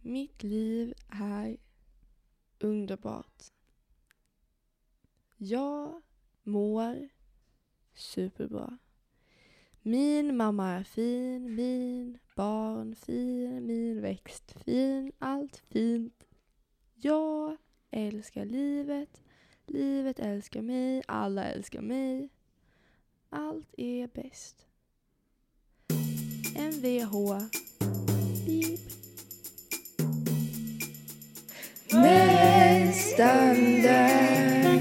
Mitt liv är underbart. Jag mår superbra. Min mamma är fin, min barn fin, min växt fin, allt fint. Jag älskar livet, livet älskar mig, alla älskar mig. Allt är bäst. MVH. Beep. Nästan där.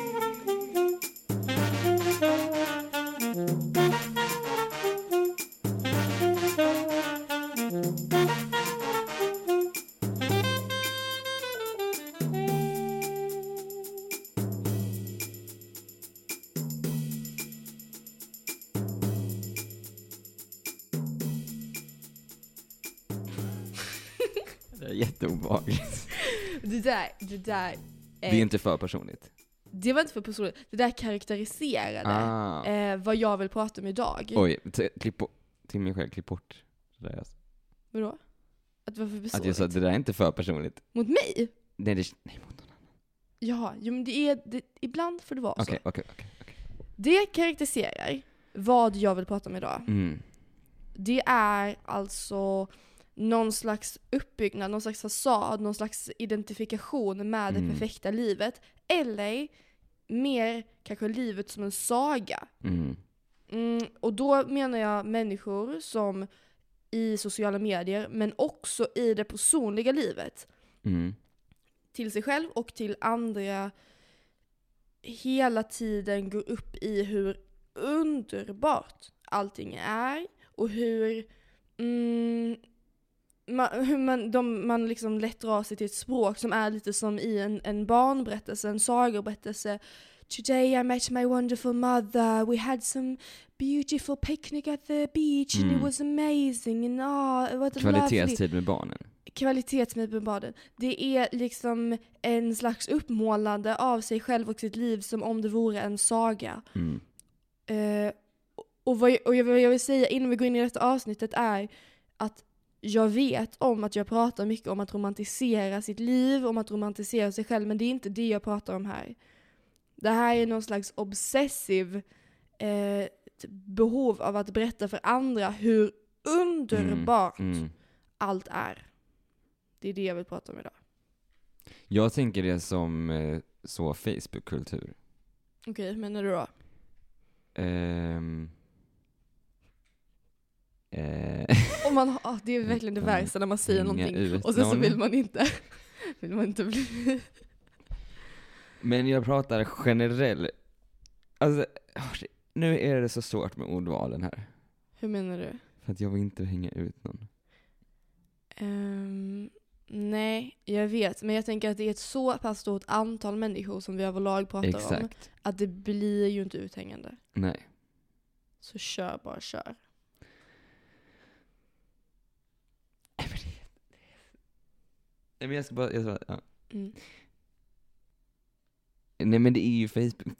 Det är jätteobehagligt. Det där Det är inte för personligt. det var inte för personligt. Det där karaktäriserade vad jag vill prata om idag. Oj, klipp till mig själv, klipp bort det där. Vadå? Att varför personligt? Att jag sa att det där är inte för personligt. Mot mig? Nej, mot någon annan. Ja, jo, men det ibland får det vara så. Okej. Det karaktäriserar vad jag vill prata om idag. Mm. Det är alltså någon slags uppbyggnad, någon slags fasad, någon slags identifikation med det perfekta livet. Eller mer kanske livet som en saga. Och då menar jag människor som i sociala medier, men också i det personliga livet. Till sig själv och till andra hela tiden går upp i hur underbart allting är och hur man liksom lätt drar sig till ett språk som är lite som i en barnberättelse, en sagoberättelse. Today I met my wonderful mother. We had some beautiful picnic at the beach and it was amazing. And what a Kvalitetstid med barnen. Kvalitetstid med barnen. Det är liksom en slags uppmålande av sig själv och sitt liv som om det vore en saga. Och vad jag vill säga innan vi går in i detta avsnittet är att jag vet om att jag pratar mycket om att romantisera sitt liv, om att romantisera sig själv, men det är inte det jag pratar om här. Det här är någon slags obsessiv behov av att berätta för andra hur underbart allt är. Det är det jag vill prata om idag. Jag tänker det som så Facebook-kultur. Okej, menar du då? Det är verkligen det värsta när man säger någonting och sen så vill man inte bli. Men jag pratar generellt. Alltså, nu är det så svårt med ordvalen här. Hur menar du? För att jag vill inte hänga ut någon. Nej, jag vet. Men jag tänker att det är ett så pass stort antal människor som vi överlag pratar om. Att det blir ju inte uthängande. Nej. Så kör. Nej, men jag ska ja. Nej, men det är ju Facebook.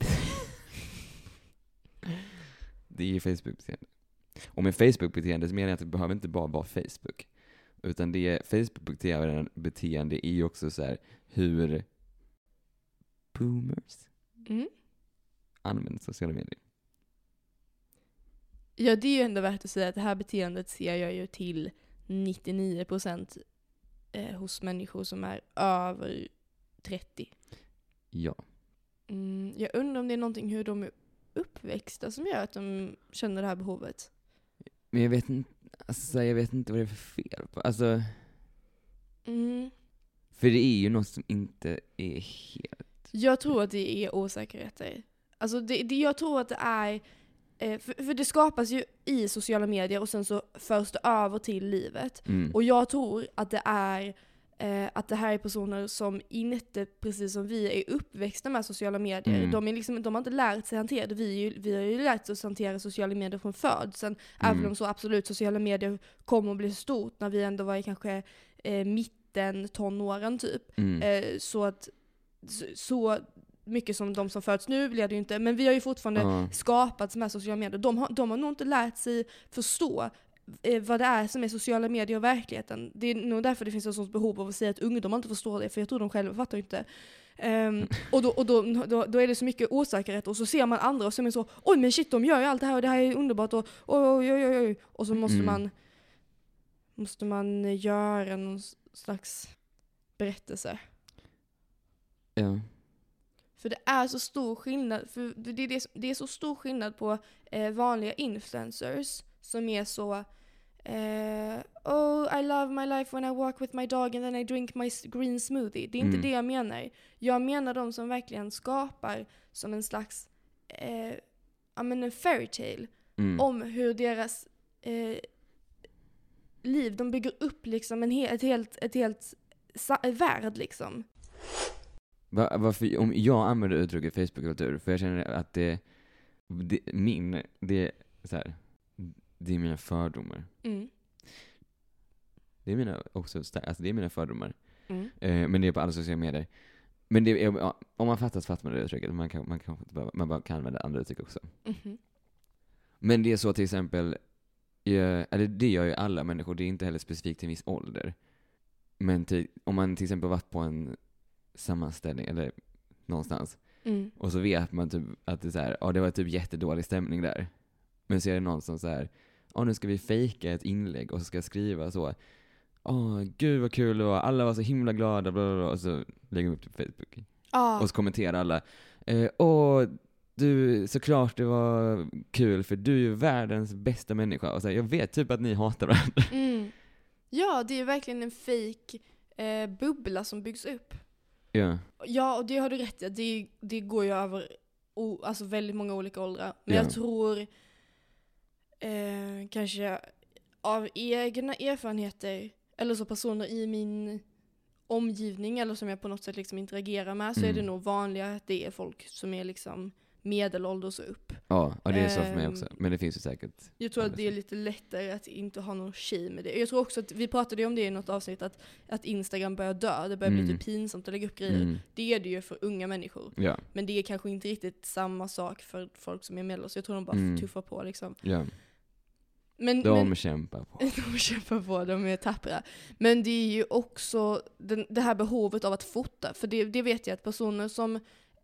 Det är ju Facebook-beteende. Och med Facebook-beteende så menar jag att det behöver inte bara vara Facebook. Utan det är Facebook-beteende är ju också så här hur boomers använder sociala medier. Ja, det är ju ändå värt att säga att det här beteendet ser jag ju till 99% hos människor som är över 30. Ja. Jag undrar om det är någonting hur de är uppväxta som gör att de känner det här behovet. Men jag vet inte vad det är för fel på. Alltså, för det är ju något som inte är helt... Jag tror att det är osäkerheter. Alltså jag tror att det är... För det skapas ju i sociala medier och sen så förs det över till livet. Och jag tror att det är att det här är personer som inte, precis som vi, är uppväxta med sociala medier. De har inte lärt sig hantera det. Vi har ju lärt oss hantera sociala medier från födseln. Även om så absolut sociala medier kommer att bli stort när vi ändå var i kanske mitten, tonåren typ. Så mycket som de som föds nu blir det ju inte. Men vi har ju fortfarande skapats med sociala medier. De har nog inte lärt sig förstå vad det är som är sociala medier och verkligheten. Det är nog därför det finns ett sånt behov av att säga att ungdomar inte förstår det, för jag tror de själva fattar inte. Och då är det så mycket osäkerhet, och så ser man andra och så är man så, oj men shit, de gör ju allt det här och det här är underbart och oj. Och så måste man göra någon slags berättelse. Ja. För det är så stor skillnad, för det är så stor skillnad på vanliga influencers som är så oh, I love my life when I walk with my dog and then I drink my green smoothie. Det är inte det jag menar. Jag menar de som verkligen skapar som en slags en fairy tale om hur deras liv, de bygger upp liksom ett helt värld liksom. Varför, om jag använder uttrycket Facebook-kultur, för jag känner att det är så här, det är mina fördomar. Det är mina det är mina fördomar. Men det är på alla sociala medier. Men det är, om man fattar så fattar man det uttrycket. Man bara kan använda andra uttryck också. Men det är så till exempel, eller det gör ju alla människor. Det är inte heller specifikt till en viss ålder. Men om man till exempel varit på en sammanställning eller någonstans och så vet man typ att det är så här, det var typ jättedålig stämning där. Men så är det någon som så här, nu ska vi fejka ett inlägg och så ska jag skriva så, gud vad kul och alla var så himla glada, bla bla bla, och så lägger vi upp det på Facebook. Och så kommenterar alla, du, såklart det var kul för du är ju världens bästa människa, och så här, jag vet typ att ni hatar varandra. Ja, det är verkligen en fake bubbla som byggs upp. Ja, och det har du rätt i. Det går ju över alltså väldigt många olika åldrar. Men jag tror kanske av egna erfarenheter eller så personer i min omgivning eller som jag på något sätt liksom interagerar med, så är det nog vanligare att det är folk som är liksom medelålders och upp. Ja, det är så för mig också. Men det finns ju säkert. Jag tror att det är lite lättare att inte ha någon shame med det. Jag tror också att vi pratade ju om det i något avsnitt, att Instagram börjar dö. Det börjar bli lite pinsamt att lägga upp grejer. Det är det ju för unga människor. Ja. Men det är kanske inte riktigt samma sak för folk som är medelålders. Jag tror de bara tuffar på liksom. Ja. De kämpar på. De kämpar på, de är tappra. Men det är ju också det här behovet av att fota. För det vet jag att personer som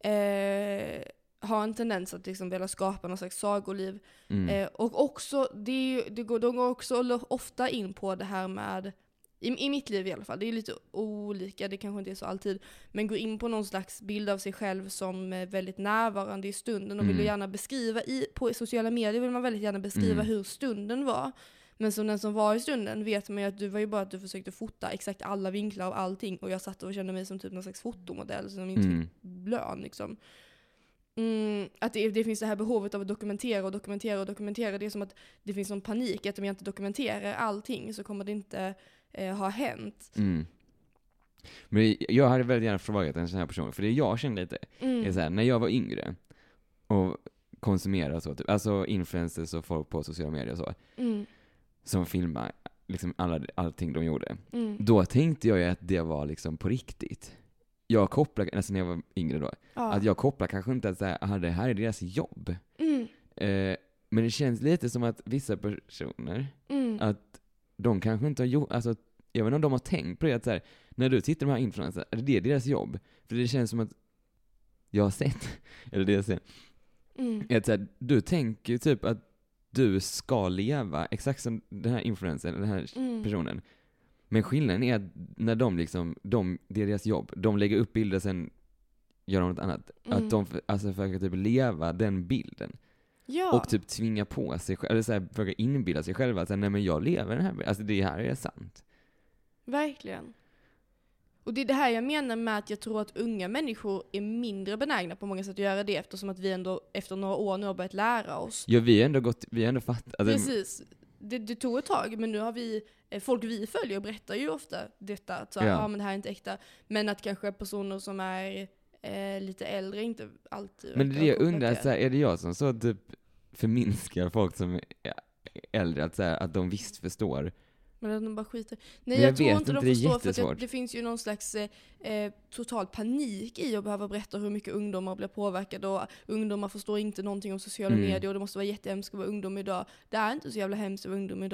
har en tendens att liksom vilja skapa någon slags sagoliv. Och också, de går också ofta in på det här med, i mitt liv i alla fall, det är lite olika, det kanske inte är så alltid, men går in på någon slags bild av sig själv som väldigt närvarande i stunden och vill gärna beskriva, på sociala medier vill man väldigt gärna beskriva hur stunden var. Men som den som var i stunden vet man ju att du var ju bara att du försökte fota exakt alla vinklar av allting, och jag satt och kände mig som typ någon slags fotomodell som inte fick lön liksom. Att det finns det här behovet av att dokumentera. Det är som att det finns en panik att om jag inte dokumenterar allting så kommer det inte ha hänt. Men jag hade väldigt gärna frågat en sån här person, för det jag kände lite är så här, när jag var yngre och konsumerade så, typ, alltså influencers och folk på sociala medier och så, som filmar liksom allting de gjorde. Då tänkte jag ju att det var liksom på riktigt. Jag kopplar, alltså när jag var yngre då, att jag kopplar kanske inte att säga, det här är deras jobb. Men det känns lite som att vissa personer, att de kanske inte har gjort, alltså jag vet inte om de har tänkt på det, att så här, när du tittar på de här influencers, är det deras jobb? För det känns som att jag har sett, eller det jag ser, att så här, du tänker typ att du ska leva exakt som den här influencern, den här personen. Men skillnaden är att när det är deras jobb, de lägger upp bilder sen gör de något annat. Att de försöker typ leva den bilden. Ja. Och typ tvinga på sig själv, eller så här, försöka inbilla sig själva att nej men jag lever den här bilden. Alltså det här är sant. Verkligen. Och det är det här jag menar med att jag tror att unga människor är mindre benägna på många sätt att göra det, eftersom att vi ändå efter några år nu har börjat lära oss. Ja, vi har ändå fattat. Precis. Det tog ett tag, men nu har folk vi följer berättar ju ofta detta, att så, men det här är inte äkta. Men att kanske personer som är lite äldre inte alltid. Men det jag undrar, så här, är det jag som så typ förminskar folk som är äldre, att de visst förstår? Men att de bara skiter. Nej, jag tror inte de förstår, för att det finns ju någon slags total panik i att behöva berätta hur mycket ungdomar blir påverkade, och ungdomar förstår inte någonting om sociala medier, och det måste vara jättehemskt att vara ungdom idag. Det är inte så jävla hemskt att vara ungdom idag.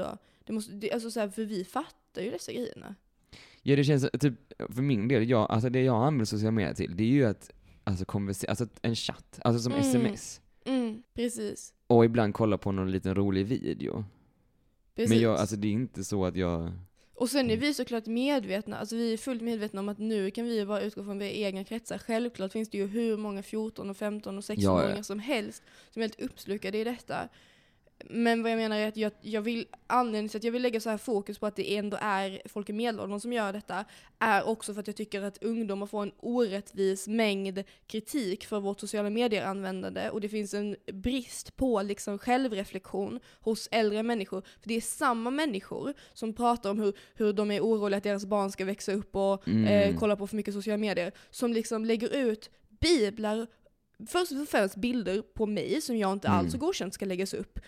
Alltså så här, för vi fattar ju dessa grejerna. Ja, det känns typ, för min del, alltså det jag använder sociala medier till, det är ju att alltså en chatt, alltså som sms. Precis. Och ibland kolla på någon liten rolig video. Precis. Men alltså det är inte så att jag... Och sen är vi såklart medvetna, alltså vi är fullt medvetna om att nu kan vi bara utgå från våra egna kretsar. Självklart finns det ju hur många 14 och 15 och 16-åringar som helst som är helt uppslukade i detta. Men vad jag menar är att jag vill, anledningen till att jag vill lägga så här fokus på att det ändå är folk i medelåldern som gör detta, är också för att jag tycker att ungdomar får en orättvis mängd kritik för vårt sociala medier-användande, och det finns en brist på liksom självreflektion hos äldre människor. För det är samma människor som pratar om hur de är oroliga att deras barn ska växa upp och kolla på för mycket sociala medier, som liksom lägger ut biblar, först och främst bilder på mig som jag inte alls har godkänt ska läggas upp.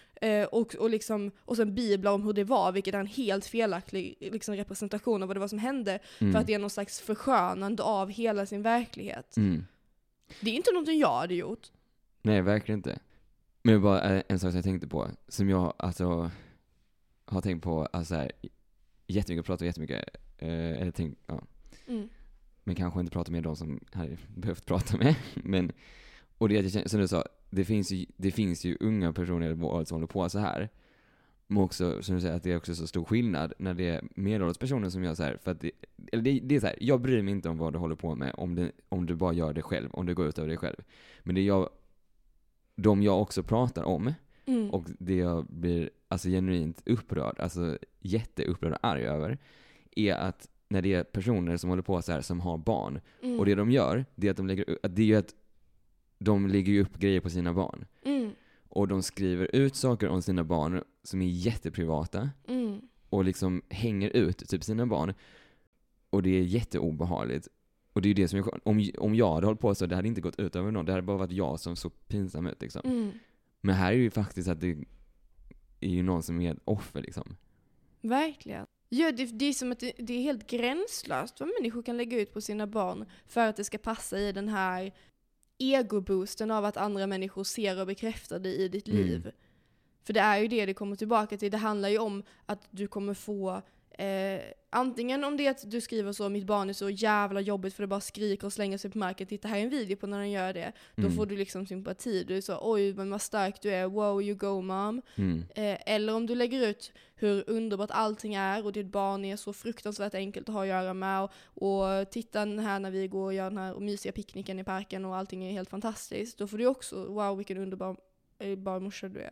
Och sen biblar om hur det var, vilket är en helt felaktig liksom, representation av vad det var som hände. För att det är någon slags förskönande av hela sin verklighet. Det är inte någonting jag hade gjort. Nej, verkligen inte. Men det var en sak som jag tänkte på, som jag alltså har tänkt på alltså här, jättemycket, pratat jättemycket eller tänkt, ja. Men kanske inte prata med de som hade behövt prata med. Men, och det är, som du sa, det finns ju unga personer som håller på så här. Men också, som du säger, att det är också så stor skillnad när det är medelålders personer som gör så här. För att det är så här, jag bryr mig inte om vad du håller på med, om du bara gör det själv, om det går ut över dig själv. Men det är de jag också pratar om, och det jag blir alltså genuint upprörd, alltså jätteupprörd och arg över, är att när det är personer som håller på så här, som har barn, och det de gör, det är att de lägger upp grejer på sina barn. Och de skriver ut saker om sina barn som är jätteprivata. Och liksom hänger ut typ sina barn. Och det är jätteobehagligt. Och det är ju det som om jag hade hållit på så, det hade inte gått ut över någon. Det hade bara varit jag som så pinsam ut liksom. Men här är ju faktiskt att det är ju någon som är ett offer liksom. Verkligen. Ja, det är som att det är helt gränslöst vad människor kan lägga ut på sina barn för att det ska passa i den här egoboosten av att andra människor ser och bekräftar det i ditt liv. För det är ju det kommer tillbaka till. Det handlar ju om att du kommer få antingen om det är att du skriver så, mitt barn är så jävla jobbigt för det bara skriker och slänger sig på marken, titta här är en video på när den gör det, då får du liksom sympati, du är så, oj men vad stark du är, wow you go mom. Eller om du lägger ut hur underbart allting är och ditt barn är så fruktansvärt enkelt att ha att göra med, och titta här när vi går och gör den här mysiga picknicken i parken och allting är helt fantastiskt, då får du också, wow vilken underbar morsa du är.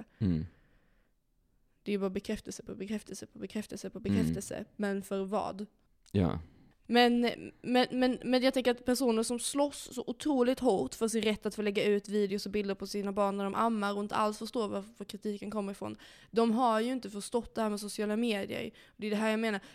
Det är bara bekräftelse på bekräftelse på bekräftelse på bekräftelse. Men för vad? Ja. Men jag tänker att personer som slåss så otroligt hårt för sin rätt att få lägga ut videos och bilder på sina barn när de ammar och inte alls förstår varför kritiken kommer ifrån, de har ju inte förstått det här med sociala medier. Det är det här jag menar.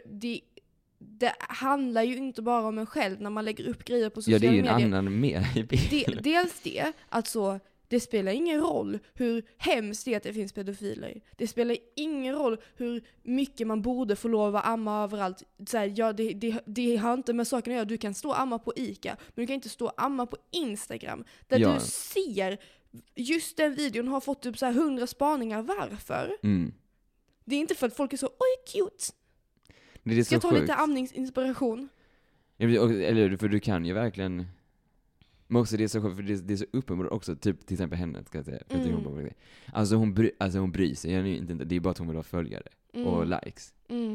Det handlar ju inte bara om en själv när man lägger upp grejer på sociala medier. Ja, det är ju en annan med i bilden. Dels det, alltså det spelar ingen roll hur hemskt det är att det finns pedofiler. Det spelar ingen roll hur mycket man borde få lov att amma överallt. Så här, ja, det har inte med saken att göra. Du kan stå och amma på Ica, men du kan inte stå och amma på Instagram. Där du ser, just den videon har fått typ så här 100 spaningar. Varför? Det är inte för att folk är så, oj cute. Det är ska jag ta lite amningsinspiration? Eller för du kan ju verkligen... Men också det är så skönt, för det är så uppenbart också, typ till exempel henne, ska jag säga. Alltså hon bryr sig inte, det är bara att hon vill ha följare och likes.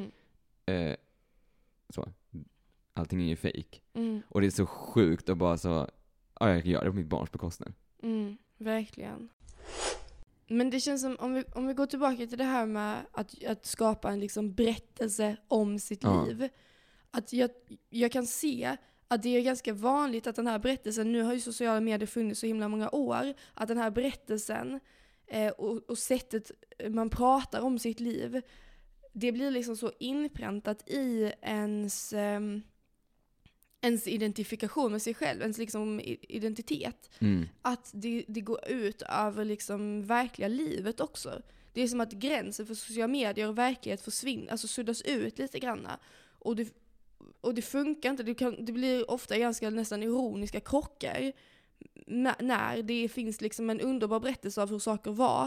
Så. Allting är ju fake. Och det är så sjukt att bara så, jag kan göra det på mitt barns bekostnad. Verkligen. Men det känns som, om vi går tillbaka till det här med att skapa en liksom berättelse om sitt liv. Att jag kan se att det är ganska vanligt att den här berättelsen, nu har ju sociala medier funnits så himla många år, att den här berättelsen och sättet man pratar om sitt liv, det blir liksom så inpräntat i ens identifikation med sig själv, ens liksom identitet. Att det går ut över liksom verkliga livet också. Det är som att gränsen för sociala medier och verklighet försvinner, alltså suddas ut lite grann. Och det funkar inte. Det blir ofta ganska nästan ironiska krockar när det finns liksom en underbar berättelse av hur saker var,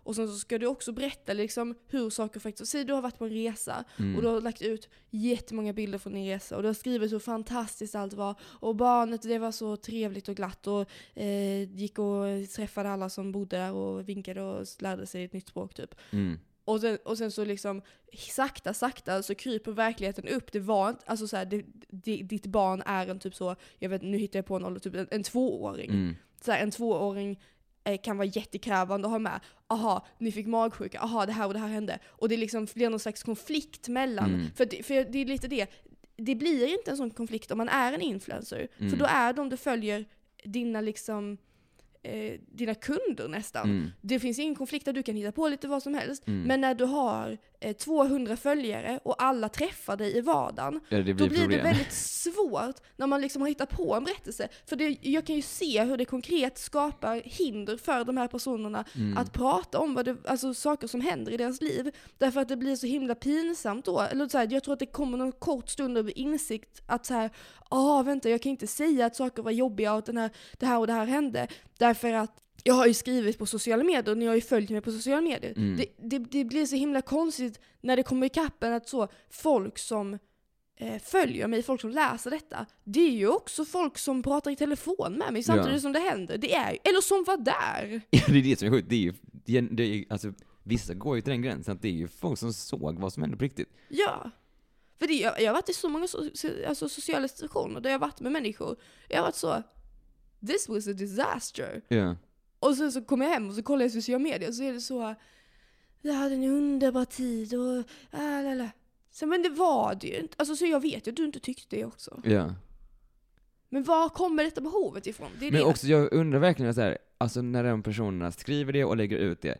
Och sen så ska du också berätta liksom hur saker faktiskt... Säg du har varit på en resa och du har lagt ut jättemånga bilder från din resa och du har skrivit hur fantastiskt allt var. Och barnet, det var så trevligt och glatt och gick och träffade alla som bodde där och vinkade och lärde sig ett nytt språk typ. Och sen så liksom sakta så kryper verkligheten upp. Det var inte, alltså så här, ditt barn är en typ så, jag vet, nu hittar jag på en ålder, typ en 2-åring. Så här, en 2-åring kan vara jättekrävande att ha med. Aha, ni fick magsjuka. Aha, det här och det här hände. Och det liksom blir någon slags konflikt mellan. För det är lite det. Det blir inte en sån konflikt om man är en influencer. För då är de du följer dina liksom... dina kunder nästan. Det finns ingen konflikt där du kan hitta på lite vad som helst. Men när du har 200 följare och alla träffar dig i vardagen, då blir det väldigt svårt när man liksom har hittat på en berättelse. För jag kan ju se hur det konkret skapar hinder för de här personerna att prata om alltså saker som händer i deras liv. Därför att det blir så himla pinsamt då. Eller så här, jag tror att det kommer någon kort stund av insikt att så här, vänta, jag kan inte säga att saker var jobbiga och att det här och det här hände. Därför att jag har ju skrivit på sociala medier och ni har ju följt mig på sociala medier. Det blir så himla konstigt när det kommer i kappen att så folk som följer mig, folk som läser detta, det är ju också folk som pratar i telefon med mig samtidigt som det händer. Det är, eller som var där. Ja, det är det som är sjukt. Det är alltså, vissa går ju till den gränsen att det är ju folk som såg vad som hände på riktigt. Ja. För jag har varit i så många sociala situationer där jag har varit med människor. Jag har varit så, this was a disaster. Yeah. Och sen så kommer jag hem och så kollar jag sociala medier och så är det så, jag hade en underbar tid och så, men det var det ju inte. Alltså så jag vet ju att du inte tyckte det också. Ja. Yeah. Men var kommer detta behovet ifrån? Det är men det. Också jag undrar verkligen så här, alltså när de personerna skriver det och lägger ut det.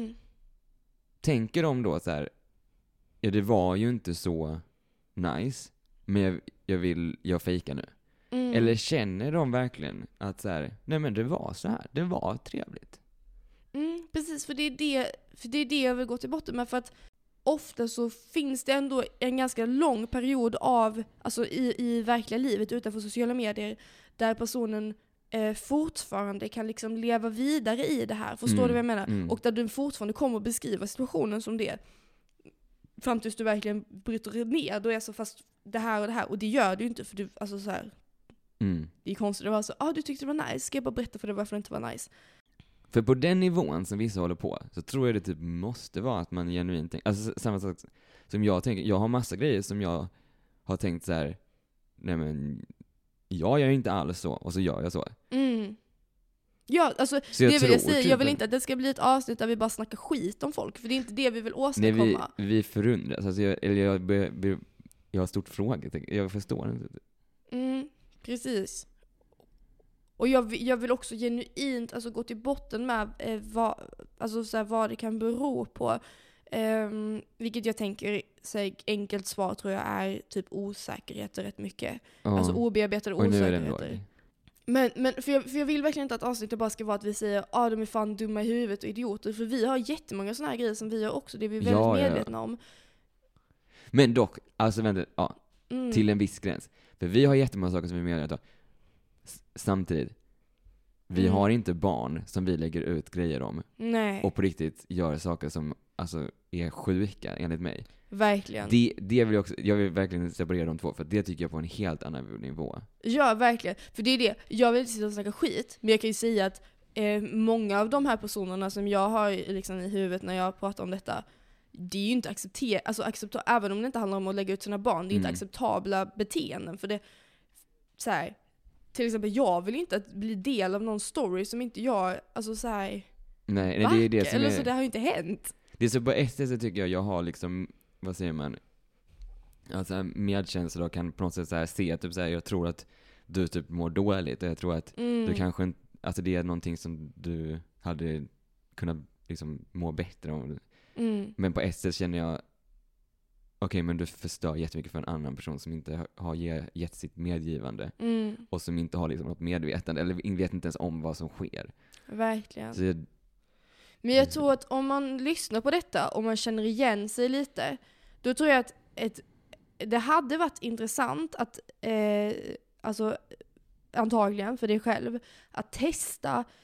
Tänker de då så här, ja det var ju inte så nice, men jag fejkar nu. Eller känner de verkligen att så här, nej men det var så här, det var trevligt. Precis, för det är det jag vill gå till botten med, för att ofta så finns det ändå en ganska lång period av, alltså i verkliga livet utanför sociala medier, där personen fortfarande kan liksom leva vidare i det här. Förstår du vad jag menar? Och där du fortfarande kommer att beskriva situationen som det. Fram tills du verkligen bryter ner, då är så fast det här och det här. Och det gör du inte, för du, alltså så här. Det är konstigt att vara så, du tyckte det var nice, ska jag bara berätta för dig varför det inte var nice. För på den nivån som vissa håller på, så tror jag det typ måste vara att man genuint tänker, alltså samma sak som jag tänker, jag har massa grejer som jag har tänkt så här, nej men jag gör inte alls så, och så gör jag så. Ja, alltså det vill jag säga, jag vill inte att det ska bli ett avsnitt där vi bara snackar skit om folk, för det är inte det vi vill åstadkomma. Nej, vi förundras, alltså jag har stort frågetecken, jag förstår inte. Precis. Och jag vill också genuint alltså gå till botten med vad det kan bero på. Vilket jag tänker, enkelt svar tror jag är typ osäkerheter rätt mycket. Alltså obearbetade osäkerheter. Men för jag vill verkligen inte att avsnittet bara ska vara att vi säger de är fan dumma i huvudet och idioter. För vi har jättemånga såna här grejer som vi har också. Det är vi väldigt medvetna om. Men dock, alltså vänta, till en viss gräns. För vi har jättemånga saker som vi är medvetna om. Samtidigt, vi har inte barn som vi lägger ut grejer om. Nej. Och på riktigt gör saker som alltså är sjuka enligt mig. Verkligen. Det vill jag vill verkligen separera de två, för det tycker jag på en helt annan nivå. Ja, verkligen. För det är det. Jag vill inte sitta och snacka skit, men jag kan ju säga att många av de här personerna som jag har liksom i huvudet när jag pratar om detta, det är ju inte acceptabelt, även om det inte handlar om att lägga ut sina barn, det är inte acceptabla beteenden. För det, så här, till exempel, jag vill inte att bli del av någon story som inte jag, alltså så här, nej, det är det som eller så det har ju inte hänt. Det är så på ett sätt så tycker jag har liksom, vad säger man, alltså medkänsla och kan på något sätt så här se typ så här, jag tror att du typ mår dåligt och jag tror att du kanske inte, alltså det är någonting som du hade kunnat liksom må bättre om. Men på ett sätt känner jag, okej, men du förstör jättemycket för en annan person som inte har gett sitt medgivande och som inte har liksom något medvetande eller vet inte ens om vad som sker. Verkligen. Men jag tror att om man lyssnar på detta och man känner igen sig lite, då tror jag att det hade varit intressant att alltså antagligen för dig själv att testa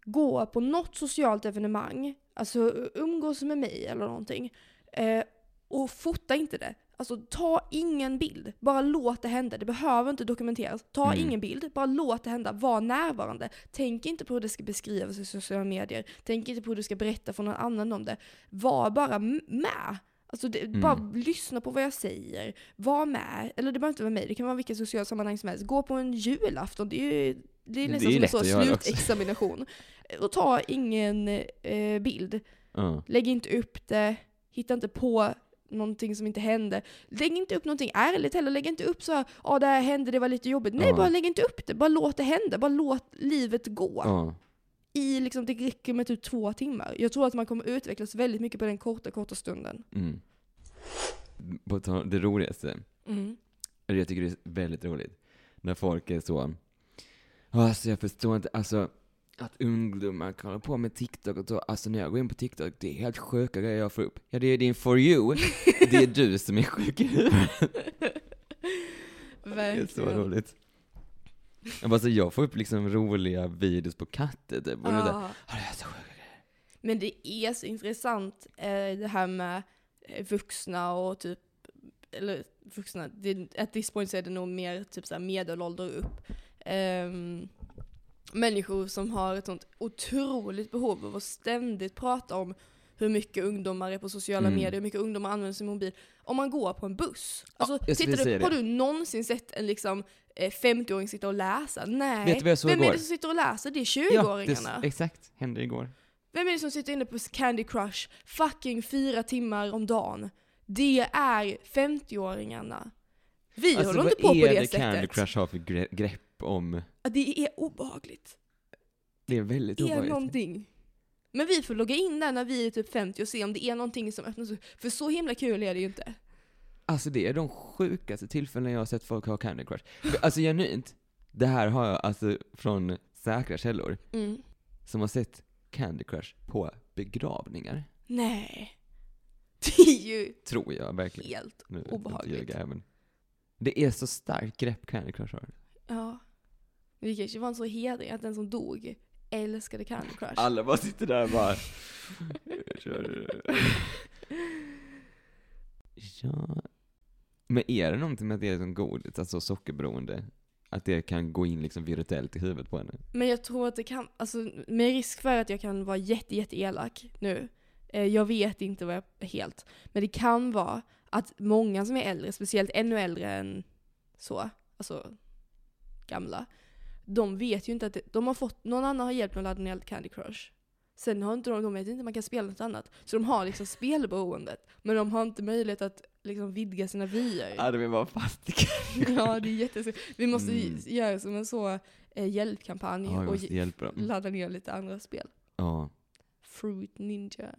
gå på något socialt evenemang, alltså umgås med mig eller någonting, och fota inte det. Alltså ta ingen bild, bara låt det hända. Det behöver inte dokumenteras. Ta ingen bild, bara låt det hända. Var närvarande. Tänk inte på hur det ska beskrivas i sociala medier. Tänk inte på hur du ska berätta för någon annan om det. Var bara med. Alltså bara lyssna på vad jag säger. Var med. Eller det behöver inte vara mig, det kan vara vilket socialt sammanhang som helst. Gå på en julafton, det är nästan som en så slutexamination. Och ta ingen bild. Lägg inte upp det. Hitta inte på någonting som inte hände. Lägg inte upp någonting ärligt heller. Lägg inte upp så här, det här hände, det var lite jobbigt. Nej, bara lägg inte upp det. Bara låt det hända. Bara låt livet gå. I liksom, det räcker med typ 2 timmar. Jag tror att man kommer utvecklas väldigt mycket på den korta stunden. Det roligaste. Jag tycker det är väldigt roligt. När folk är så, alltså jag förstår inte, alltså att ungdomar kan hålla på med TikTok och så, alltså när jag går in på TikTok, det är helt sjuka grejer jag får upp. Ja, det är din For You. Det är du som är sjuk i huvudet. Verkligen. Det är så roligt. Jag får upp liksom roliga videos på katter typ. Och det är så sjuka grejer. Men det är så intressant det här med vuxna och typ, eller vuxna, at this point så är det nog mer typ så här medelålder upp. Människor som har ett sånt otroligt behov av att ständigt prata om hur mycket ungdomar är på sociala medier, hur mycket ungdomar använder sin mobil. Om man går på en buss. Alltså, har du någonsin sett en liksom 50-åring sitta och läsa? Nej. Vet du vad jag såg Vem igår? är det som sitter och läser? Det är 20-åringarna. Ja, exakt. Hände igår. Vem är det som sitter inne på Candy Crush fucking 4 timmar om dagen? Det är 50-åringarna. Vi håller inte på det sättet. Vad är det Candy Crush har för grepp om? Det är obehagligt. Det är väldigt obehagligt. Det är någonting. Men vi får logga in där när vi är typ 50 och se om det är någonting som öppnas. För så himla kul är det ju inte. Alltså det är de sjukaste tillfällen jag har sett folk ha Candy Crush. Alltså genuint. Det här har jag alltså från säkra källor. Som har sett Candy Crush på begravningar. Nej. Det är ju tror jag verkligen. Helt obehagligt. Det är så starkt grepp Candy Crush har. Ja. Men det kanske var en så hedrig att den som dog älskade Candy Crush. Alla bara sitter där och bara ja. Men är det någonting med att det är som godis, alltså sockerberoende, att det kan gå in liksom virtuellt i huvudet på henne? Men jag tror att det kan, alltså med risk för att jag kan vara jätte elak nu. Jag vet inte vad jag är helt. Men det kan vara att många som är äldre, speciellt ännu äldre än så, alltså gamla, de vet ju inte att de har fått, någon annan har hjälpt dem att ladda ner Candy Crush. Sen har inte de vet inte att man kan spela något annat. Så de har liksom spelberoendet. Men de har inte möjlighet att liksom vidga sina vyer. Ja, de är bara fast i Candy Crush. Ja, det är jättesvårt. Vi måste göra som en så hjälpkampanj och ladda ner lite andra spel. Ja. Fruit Ninja.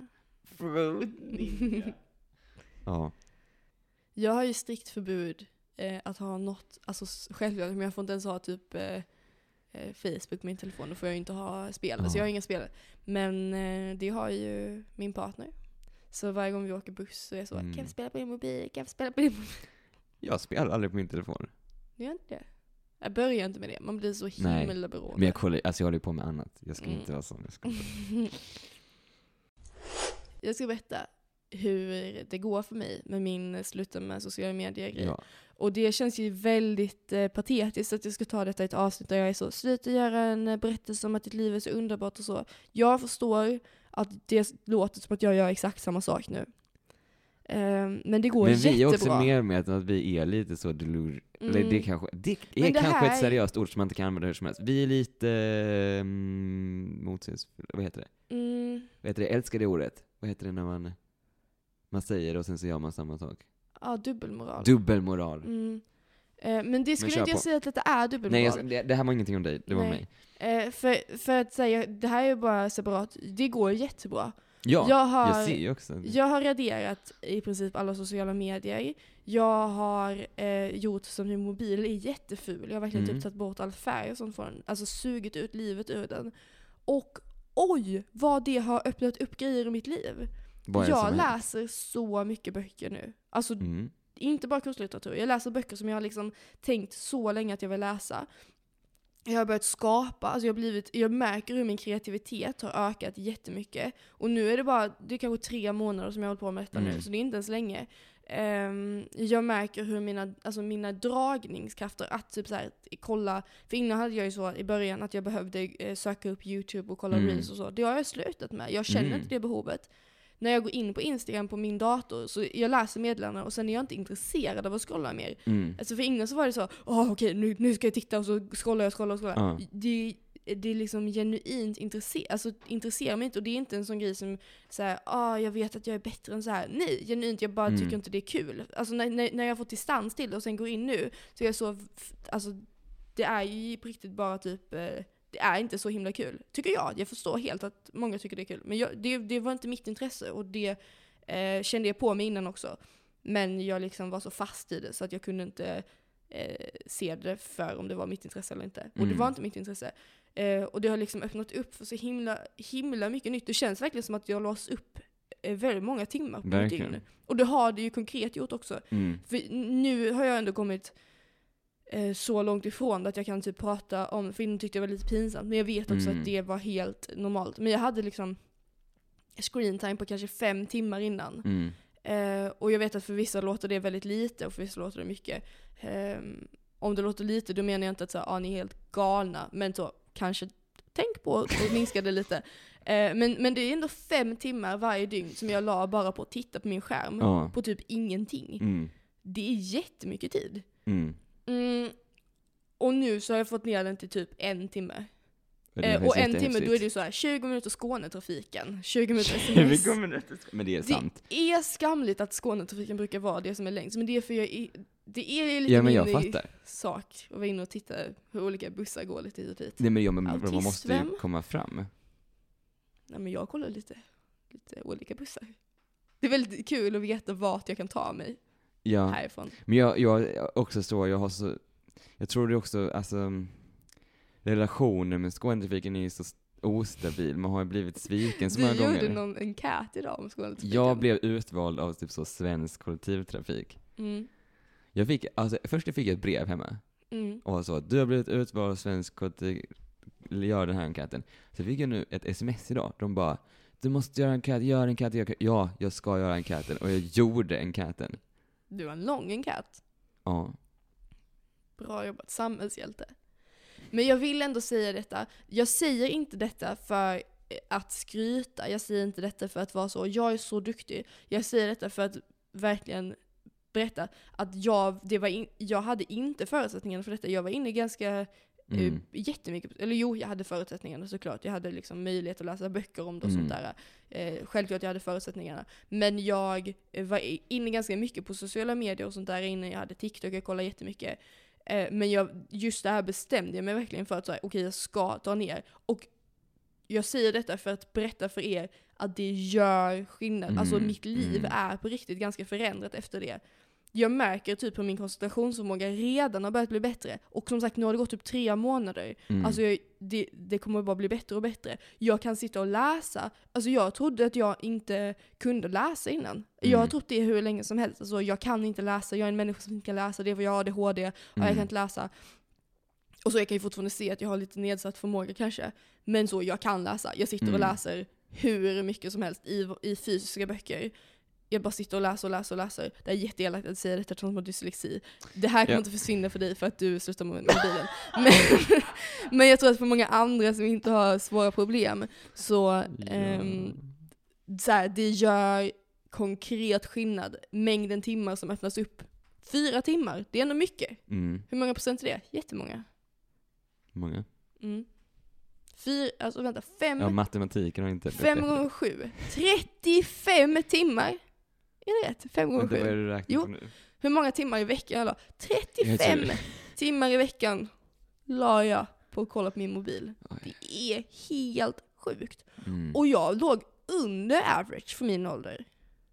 Ja. Jag har ju strikt förbud att ha något, alltså självklart, men jag får inte ens ha typ Facebook på min telefon, då får jag ju inte ha spel, så jag har inga spel. Men det har ju min partner. Så varje gång vi åker buss så är jag så, kan jag spela på din mobil? Kan jag spela på din mobil? Jag spelar aldrig på min telefon. Det gör inte det. Jag börjar inte med det, man blir så himla beroende. Men jag håller på med annat. Jag ska inte vara sån. Jag ska berätta hur det går för mig med min sluta med sociala medier-grej. Ja. Och det känns ju väldigt patetiskt att jag ska ta detta i ett avsnitt där jag är så, sluta göra en berättelse om att ditt liv är så underbart och så. Jag förstår att det låter som att jag gör exakt samma sak nu. Men det går jättebra. Men vi är också mer med att vi är lite så eller det är kanske ett seriöst ord som man inte kan använda hur som helst. Vi är lite motsägelsefulla. Vad heter det? Vad heter det? Jag älskar det ordet. Vad heter det när man säger det och sen så gör man samma sak? Ja, dubbelmoral. Dubbelmoral. Men det skulle inte jag säga att det är dubbelmoral. Nej, det här var ingenting om dig. Det var mig. För att säga, det här är ju bara separat. Det går jättebra. Ja, jag ser ju också. Jag har raderat i princip alla sociala medier. Jag har gjort som min mobil är jätteful. Jag har verkligen typ tagit bort all färg och sånt från den. Alltså sugit ut livet ur den. Och oj, vad det har öppnat upp grejer i mitt liv. Jag läser så mycket böcker nu. Alltså inte bara kurslitteratur. Jag läser böcker som jag har liksom tänkt så länge att jag vill läsa. Jag har börjat skapa, alltså jag märker hur min kreativitet har ökat jättemycket. Och nu är det är kanske 3 månader som jag håller på med detta nu, så det är inte ens länge. Jag märker hur mina dragningskrafter att typ så här, kolla, för innan hade jag ju så i början att jag behövde söka upp YouTube och kolla reels och så. Det har jag slutat med. Jag känner inte det behovet. När jag går in på Instagram på min dator så jag läser meddelanden och sen är jag inte intresserad av att scrolla mer. Alltså för innan så var det så, okej, nu ska jag titta och så scrollar. Det är liksom genuint intresserar mig inte, och det är inte en sån grej som såhär, jag vet att jag är bättre än så här. Nej, genuint, jag bara tycker inte det är kul. Alltså när jag får distans till det och sen går in nu, så är jag så, alltså det är ju på riktigt bara typ, det är inte så himla kul, tycker jag. Jag förstår helt att många tycker det är kul, men det var inte mitt intresse, och det kände jag på mig innan också. Men jag liksom var så fast i det så att jag kunde inte se det för om det var mitt intresse eller inte. Och det var inte mitt intresse. Och det har liksom öppnat upp för så himla mycket nytt. Det känns verkligen som att jag låst upp väldigt många timmar på ett dygn. Och det har det ju konkret gjort också. För nu har jag ändå kommit så långt ifrån att jag kan typ prata om, för innan tyckte jag var lite pinsamt, men jag vet också att det var helt normalt. Men jag hade liksom screen time på kanske 5 timmar innan. Och jag vet att för vissa låter det väldigt lite och för vissa låter det mycket. Om det låter lite, då menar jag inte att ni är helt galna, men så kanske tänk på att minska det lite. Men det är ändå 5 timmar varje dygn som jag la bara på att titta på min skärm på typ ingenting. Det är jättemycket tid. Och nu så har jag fått ner den till typ 1 timme. Och 1 timme, då är det ju så här 20 minuter Skånetrafiken, 20 minuter SMS. Men det är sant. Det är skamligt att Skånetrafiken brukar vara det som är längst, men det är för det är lite min sak att vara inne och titta hur olika bussar går lite hit och dit. Nej, men man måste ju komma fram. Nej, men jag kollar lite olika bussar. Det är väldigt kul att veta vart jag kan ta mig härifrån. Men jag också står, jag tror det också, alltså relationen med Skånetrafiken är ju så ostabil. Man har ju blivit sviken så många gånger. Du gjorde en enkät idag om Skånetrafiken. Jag blev utvald av typ så svensk kollektivtrafik. Först fick jag ett brev hemma. Och så, du har blivit utvald av svensk kollektivtrafik, gör den här enkäten. Så fick jag nu ett sms idag. De bara, du måste göra en enkät. Ja, jag ska göra enkäten. Och jag gjorde enkäten. Det var en lång enkät. Ja. Bra jobbat, samhällshjälte. Men jag vill ändå säga detta. Jag säger inte detta för att skryta. Jag säger inte detta för att vara så, jag är så duktig. Jag säger detta för att verkligen berätta att jag hade inte förutsättningarna för detta. Jag var inne ganska jättemycket, eller jag hade förutsättningarna såklart. Jag hade liksom möjlighet att läsa böcker om det och sånt där. Självklart jag hade förutsättningarna. Men jag var inne ganska mycket på sociala medier och sånt där innan. Jag hade TikTok, jag kollade jättemycket. Men just det här bestämde jag mig verkligen för att säga, okej, jag ska ta ner. Och jag säger detta för att berätta för er att det gör skillnad. Alltså mitt liv är på riktigt ganska förändrat efter det. Jag märker typ på min koncentrationsförmåga redan har börjat bli bättre. Och som sagt, nu har det gått typ 3 månader. Alltså det kommer bara bli bättre och bättre. Jag kan sitta och läsa. Alltså jag trodde att jag inte kunde läsa innan. Jag har trott det hur länge som helst. Alltså jag kan inte läsa. Jag är en människa som inte kan läsa. Det är för jag har ADHD. Och jag kan inte läsa. Och så jag kan ju fortfarande se att jag har lite nedsatt förmåga kanske. Men så jag kan läsa. Jag sitter och läser hur mycket som helst i fysiska böcker. Jag bara sitter och läser. Det är jätteelakt att säga detta som har dyslexi. Det här kommer inte försvinna för dig för att du slutar med mobilen. Men jag tror att för många andra som inte har svåra problem så det gör konkret skillnad. Mängden timmar som öppnas upp. 4 timmar, det är ändå mycket. Hur många procent är det? Jättemånga. Många? 5. Ja, matematiken har inte... 5 gånger 7. 35 timmar. Är det rätt? 5 gånger 7. Vad är det du räknar på nu? Hur många timmar i veckan jag la? 35 timmar i veckan la jag på att kolla på min mobil. Oj. Det är helt sjukt. Och jag låg under average för min ålder.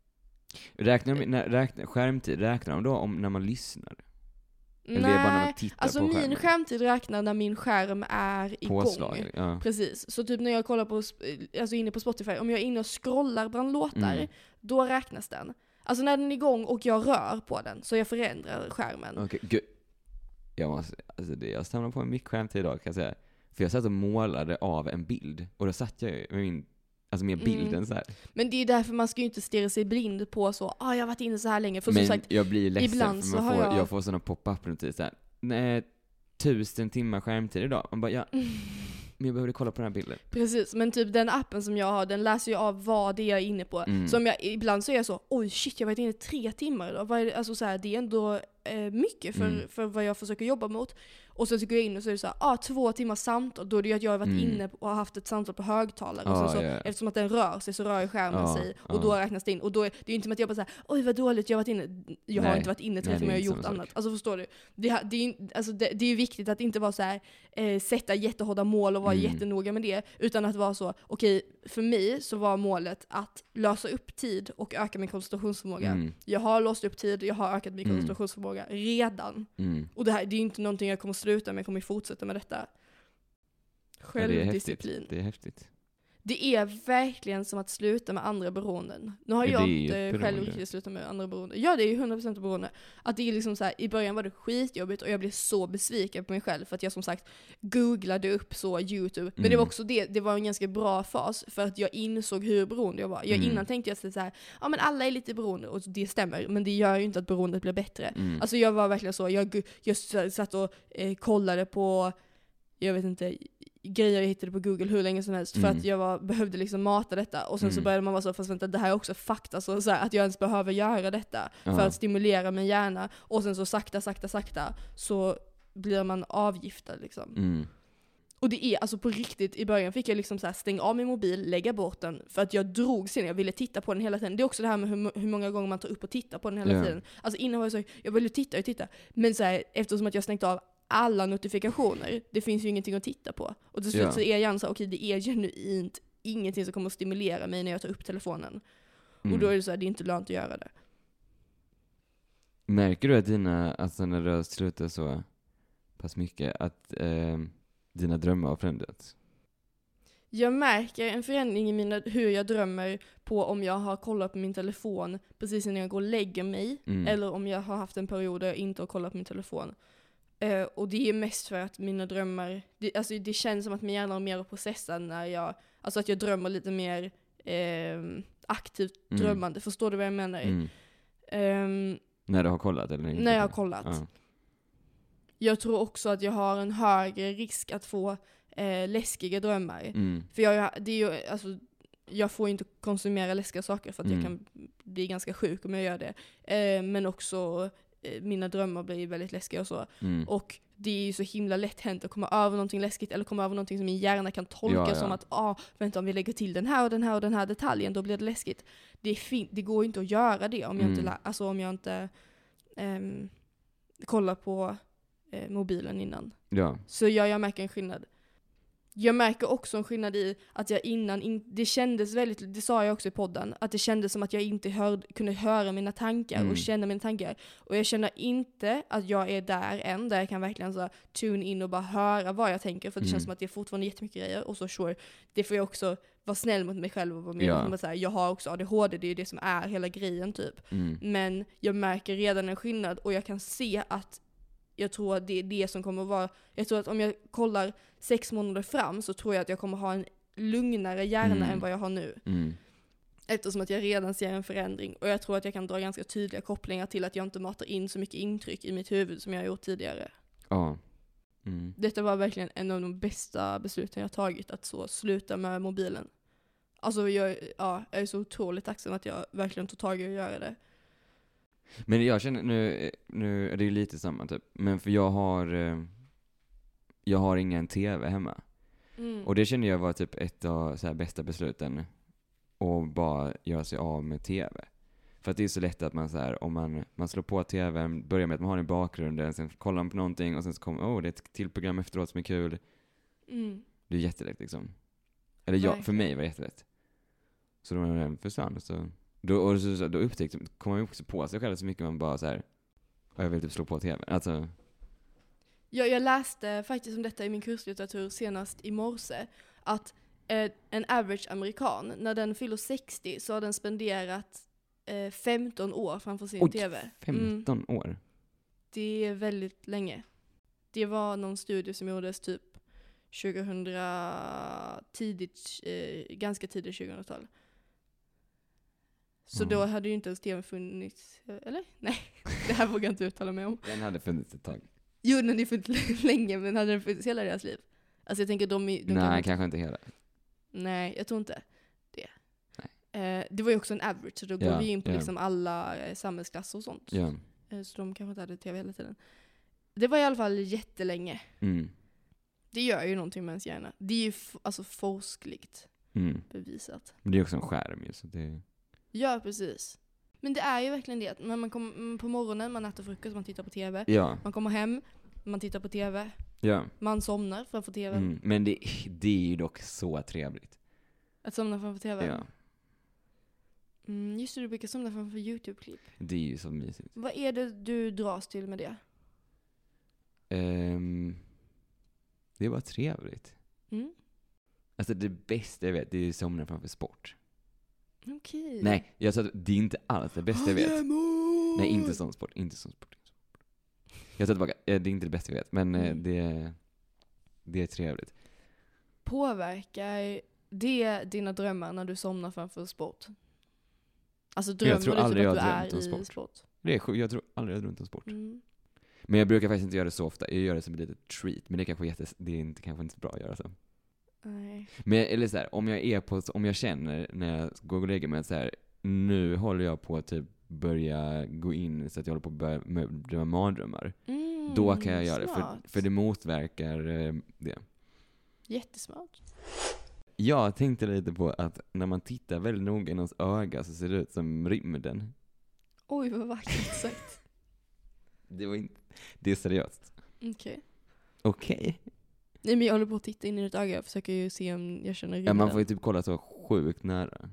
Skärmtid, räknar de då om när man lyssnar? Eller nej, bara när man tittar alltså på min skärmtid räknar när min skärm är igång. Påslag, ja. Precis. Så typ när jag kollar på, alltså inne på Spotify, om jag är inne och scrollar bland låtar, då räknas den. Alltså när den är igång och jag rör på den, så jag förändrar skärmen. Okay. Jag samlar på mig mycket skärmtid idag, kan jag säga. För jag satt och målade av en bild. Och då satt jag ju med med bilden så här. Men det är därför man ska ju inte stirra sig blind på så, jag har varit inne så här länge. För men som sagt, jag blir ledsen ibland för så har jag får sådana pop-up-notiser så här. Nej, 1000 timmar skärmtid idag. Man bara, men jag behövde kolla på den här bilden. Precis, men typ den appen som jag har, den läser ju av vad det är jag är inne på. Så ibland så är jag så, oj shit, jag har varit inne 3 timmar idag. Alltså så här, det är ändå mycket för vad jag försöker jobba mot. Och så går jag in och så är det så här, 2 timmars samtal. Då är det ju att jag har varit inne och haft ett samtal på högtalare. Och sen så, eftersom att den rör sig så rör ju skärmen sig. Och då räknas det in. Och då är det ju inte som att jag bara såhär, oj vad dåligt, jag har varit inne. Jag har inte varit inne 3 timmar, jag har gjort annat. Alltså förstår du? Det är ju viktigt att inte vara så här, sätta jättehårda mål och vara jättenoga med det. Utan att vara så, okej, för mig så var målet att lösa upp tid och öka min koncentrationsförmåga. Jag har låst upp tid, jag har ökat min koncentrationsförmåga redan. Och det är ju inte någonting jag kommer sluta med, jag kommer fortsätta med detta. Självdisciplin. Det är häftigt. Det är verkligen som att sluta med andra beroenden. Nu har jag inte själv riktigt slutat med andra beroenden. Ja, det är ju 100% beroende. Att det är liksom så här, i början var det skitjobbigt och jag blev så besviken på mig själv för att jag som sagt googlade upp så YouTube. Men det var också det var en ganska bra fas för att jag insåg hur beroende jag var. Innan tänkte jag så här, men alla är lite beroende och det stämmer, men det gör ju inte att beroendet blir bättre. Alltså jag var verkligen så, jag satt och kollade på, jag vet inte, grejer jag hittade på Google hur länge som helst för att jag behövde liksom mata detta och sen så började man vara så, fast vänta, det här är också fakta, så här, att jag ens behöver göra detta för att stimulera min hjärna, och sen så sakta så blir man avgiftad liksom. Och det är alltså på riktigt, i början fick jag liksom så här stänga av min mobil, lägga bort den för att jag drog sen, jag ville titta på den hela tiden. Det är också det här med hur många gånger man tar upp och tittar på den hela tiden. Alltså innan var jag så, jag ville titta, men så här, eftersom att jag stängt av alla notifikationer, det finns ju ingenting att titta på. Och till slut så är jag så okej, det är genuint ingenting som kommer att stimulera mig när jag tar upp telefonen. Och då är det så här, det är inte lönt att göra det. Märker du att alltså när du slutar så pass mycket, att dina drömmar har förändrats? Jag märker en förändring i hur jag drömmer på om jag har kollat på min telefon precis innan jag går och lägger mig, eller om jag har haft en period där jag inte har kollat på min telefon. Och det är mest för att mina drömmar, det känns som att min hjärna har mer att processa när att jag drömmer lite mer aktivt drömmande. Förstår du vad jag menar? När du har kollat? Eller när jag har kollat. Ja. Jag tror också att jag har en högre risk att få läskiga drömmar. För jag får inte konsumera läskiga saker för att jag kan bli ganska sjuk om jag gör det. Men också mina drömmar blir väldigt läskiga och så. Och det är ju så himla lätt hänt att komma över någonting läskigt eller komma över någonting som min hjärna kan tolka som att vänta, om vi lägger till den här och den här och den här detaljen, då blir det läskigt. Det går ju inte att göra det om jag inte kollar på mobilen innan. Ja. Så jag märker en skillnad. Jag märker också en skillnad i att jag innan, det kändes väldigt, det sa jag också i podden, att det kändes som att jag inte kunde höra mina tankar och känna mina tankar. Och jag känner inte att jag är där än, där jag kan verkligen så tune in och bara höra vad jag tänker, för det känns som att det är fortfarande jättemycket grejer. Och så det får jag också vara snäll mot mig själv och vara med. Ja. Jag har också ADHD, det är det som är hela grejen typ. Men jag märker redan en skillnad och jag kan se att jag tror att det är det som kommer att vara. Jag tror att om jag kollar 6 månader fram så tror jag att jag kommer ha en lugnare hjärna än vad jag har nu. Eftersom att jag redan ser en förändring. Och jag tror att jag kan dra ganska tydliga kopplingar till att jag inte matar in så mycket intryck i mitt huvud som jag har gjort tidigare. Ja. Detta var verkligen en av de bästa besluten jag tagit, att så sluta med mobilen. Alltså jag är så otroligt tacksam att jag verkligen tog tag i att göra det. Men jag känner, nu är det ju lite samma typ, men för jag har ingen tv hemma. Och det känner jag var typ ett av så här bästa besluten, och bara göra sig av med tv. För att det är så lätt att man så här, om man slår på tvn, börjar med att man har den i bakgrunden, sen kollar man på någonting och sen så kommer det är ett till program efteråt som är kul. Det är jättelätt liksom. Eller för mig var det jättelätt. Så då när den försvann Då kommer man också på sig själv så mycket, man bara så här, jag vill typ slå på tv. Alltså. Jag läste faktiskt om detta i min kurslitteratur senast i morse, att en average amerikan, när den fyller 60 så har den spenderat 15 år framför sin tv. 15 år? Det är väldigt länge. Det var någon studie som gjordes typ 2000 ganska tidigt 2000-tal. Så då hade ju inte ens tvn funnits, eller? Nej, det här vågar jag inte uttala mig om. Den hade funnits ett tag. Jo, den hade funnits länge, men hade den funnits hela deras liv? Alltså jag tänker Nej, kanske inte hela. Nej, jag tror inte det. Det var ju också en average, så då går vi in på liksom alla samhällsklasser och sånt. Ja. Så de kanske inte hade tv hela tiden. Det var i alla fall jättelänge. Det gör ju någonting med ens hjärna. Det är ju alltså forskligt bevisat. Men det är också en skärm ju, så det... Ja, precis. Men det är ju verkligen det att när man kommer på morgonen, man äter frukost, man tittar på tv. Ja. Man kommer hem, man tittar på tv. Ja. Man somnar framför tv. Men det är ju dock så trevligt. Att somna framför tv? Ja. Just det, du brukar somna framför YouTube-klipp. Det är ju så mysigt. Vad är det du dras till med det? Det var trevligt. Alltså det bästa jag vet, det är ju somna framför sport. Okej. Nej, jag sa att det är inte alls det bästa jag vet. Nej, inte sån sport. Jag tar tillbaka, det är inte det bästa jag vet, men det är trevligt. Påverkar det dina drömmar när du somnar framför sport? Alltså drömmer jag tror du aldrig typ jag att du drömt är om i sport? Det är jag tror aldrig jag har drömt om sport. Men jag brukar faktiskt inte göra det så ofta. Jag gör det som ett litet treat, men det är kanske inte så bra att göra så. Nej. Men eller så här, om jag känner när jag går och lägger mig så här, nu håller jag på att typ börja gå in så att jag håller på att börja drömma mardrömmar. Då kan jag göra det, för det motverkar det. Jättesmart. Jag tänkte lite på att när man tittar väldigt noga i någons öga så ser det ut som rymden. Oj, vad vackert sagt. Det är seriöst. Okej. Nej, men jag håller på att titta in i ditt öga. Jag försöker ju se om jag känner rymden. Ja, man får ju typ kolla så sjukt nära.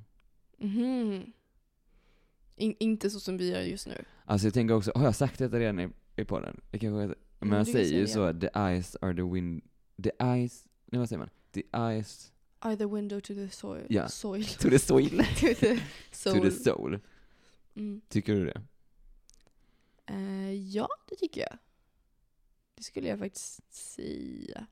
Inte så som vi gör just nu. Alltså jag tänker också, har jag sagt detta redan i podden? Men jag säger ju så, the eyes are the wind... The eyes... Nej, vad säger man? The eyes... Are the window to the soil. Ja. Soil. To the soil. To the soul. To the soul. Tycker du det? Ja, det tycker jag. Det skulle jag faktiskt säga.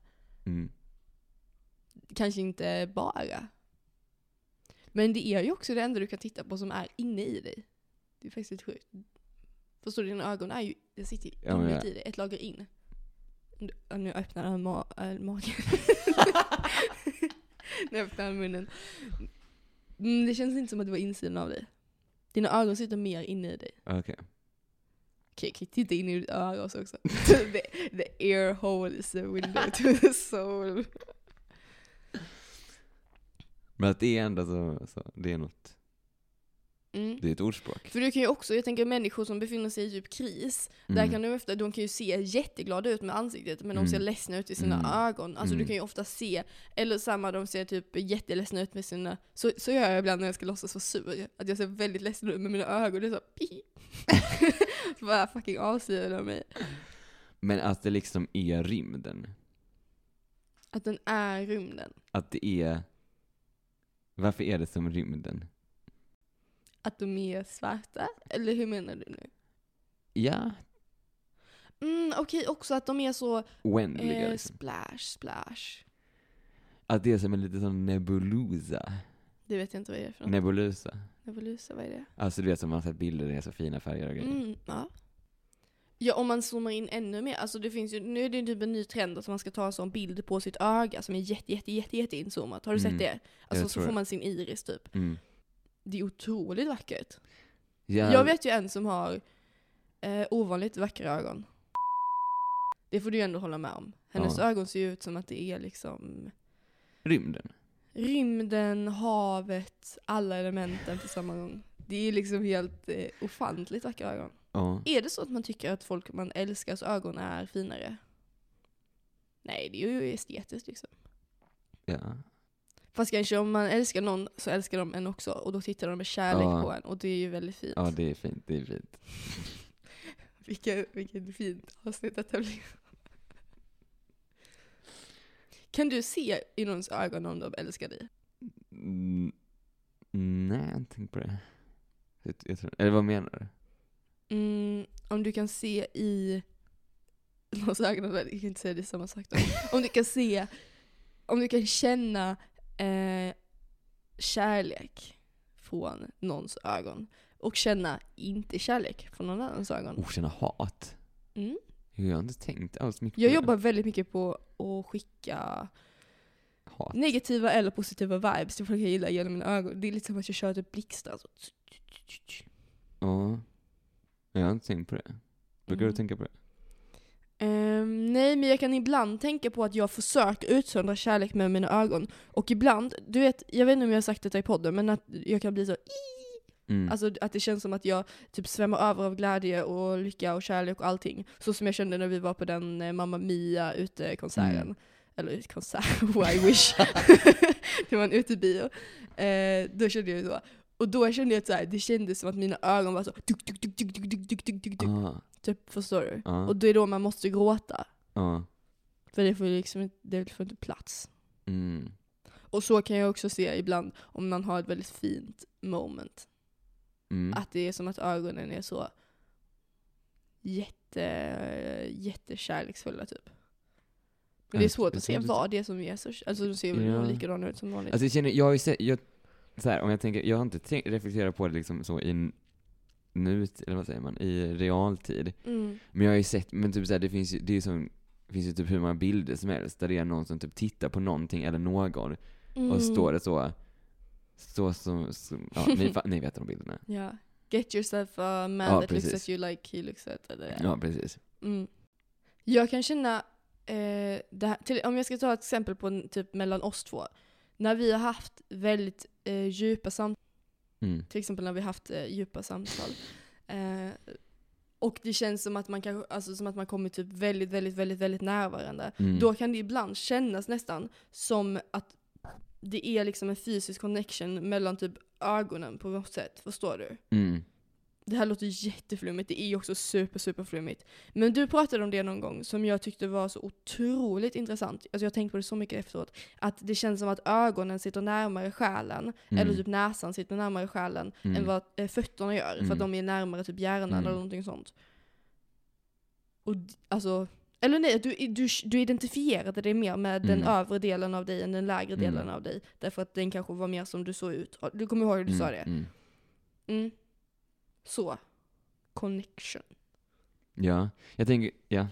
Kanske inte bara. Men det är ju också det enda du kan titta på som är inne i dig. Det är faktiskt lite sjukt. Förstår du, dina ögon är ju, det sitter inuti dig, ett lager in. Nu öppnar han magen. Nu öppnar han munnen. Det känns inte som att det var insidan av dig. Dina ögon sitter mer inne i dig. Okej. Okej, titta in i ditt öra också. The ear hole is the window to the soul. Men att det är ändå så det är något. Det är ett ordspråk. För du kan ju också, jag tänker människor som befinner sig i typ kris, där kan de kan ju se jätteglada ut med ansiktet, men de ser ledsna ut i sina ögon. Alltså du kan ju ofta se, eller samma, de ser typ jätteledsna ut med sina, så gör jag ibland när jag ska låtsas vara sur, att jag ser väldigt ledsen ut med mina ögon, det är så bara fucking avsidan av mig. Men att det liksom är rymden. Att den är rymden. Att det är, varför är det som rymden? Att de är svarta? Eller hur menar du nu? Ja. Okej, också att de är så oändliga liksom. Splash. Att det är som en lite sån nebulosa. Det vet jag inte vad det är för något. Nebulosa, vad är det? Alltså du vet som man har sett bilder, det är så fina färger och grejer. Ja, om man zoomar in ännu mer. Alltså det finns ju, nu är det typ en ny trend att man ska ta en sån bild på sitt öga som är jätte inzoomat. Har du sett det? Alltså så får man sin iris typ. Det är otroligt vackert. Ja. Jag vet ju en som har ovanligt vackra ögon. Det får du ju ändå hålla med om. Hennes ögon ser ju ut som att det är liksom rymden, havet, alla elementen på samma gång. Det är liksom helt ofantligt vackra ögon. Är det så att man tycker att folk man älskars ögon är finare? Nej, det är ju estetiskt liksom. Ja. Fast kanske om man älskar någon så älskar de en också. Och då tittar de med kärlek på en. Och det är ju väldigt fint. Ja, det är fint. Vilket fint avsnitt att det blir. Kan du se i någons ögon om de älskar dig? Nej, jag tänker på det. Eller vad menar du? Om du kan se i någons ögon, jag kan inte säga det samma sak då. Om du kan känna kärlek från någons ögon och känna inte kärlek från någon annans ögon. Och känna hat. Jag har inte tänkt alls mycket Jag på jobbar väldigt mycket på att skicka hat. Negativa eller positiva vibes till folk jag gillar genom mina ögon. Det är lite som att jag kör ett blixtar. Ja. Jag har inte tänkt på det. Brukar du tänka på det? Nej, men jag kan ibland tänka på att jag försöker utsöndra kärlek med mina ögon. Och ibland, du vet, jag vet inte om jag har sagt det i podden, men att jag kan bli så alltså att det känns som att jag typ svämmar över av glädje och lycka och kärlek och allting. Så som jag kände när vi var på den Mamma Mia ute-konserten. Eller konsert, I wish. Det var en utebio. Då kände jag så. Och då kände jag att så här, det kändes som att mina ögon var så typ, förstår du? Och det är då man måste gråta. För det får liksom det får inte plats. Och så kan jag också se ibland om man har ett väldigt fint moment. Att det är som att ögonen är så jättekärleksfulla typ. Men det är svårt att se vad det är som är så, alltså de ser väl likadana ut som vanligt. Alltså jag har ju sett, så här, om jag tänker, jag har inte reflekterat på det liksom så i eller vad säger man, i realtid. Men jag har ju sett, men typ så här, det finns ju typ hur många bilder som helst där det är någon som typ tittar på någonting eller någon och står det så som ja, ni vet de bilderna. Ja. Get yourself a man that looks at you like he looks at det. Ja, precis. Jag kan känna det här, om jag ska ta ett exempel på typ mellan oss två. När vi har haft väldigt djupa samtal, till exempel när vi har haft djupa samtal, och det känns som att man kanske, alltså som att man kommer typ väldigt, väldigt, väldigt, väldigt nära varandra. Då kan det ibland kännas nästan som att det är liksom en fysisk connection mellan typ ögonen på något sätt, förstår du? Det här låter jätteflummigt, det är ju också super flummigt. Men du pratade om det någon gång som jag tyckte var så otroligt intressant. Alltså jag tänkte på det så mycket efteråt. Att det känns som att ögonen sitter närmare själen, eller typ näsan sitter närmare själen än vad fötterna gör. För att de är närmare typ hjärnan eller någonting sånt. Och alltså, eller nej, du identifierade det mer med den övre delen av dig än den lägre delen av dig. Därför att den kanske var mer som du såg ut. Du kommer ihåg hur du sa det? Så. Connection. Ja, jag tänker,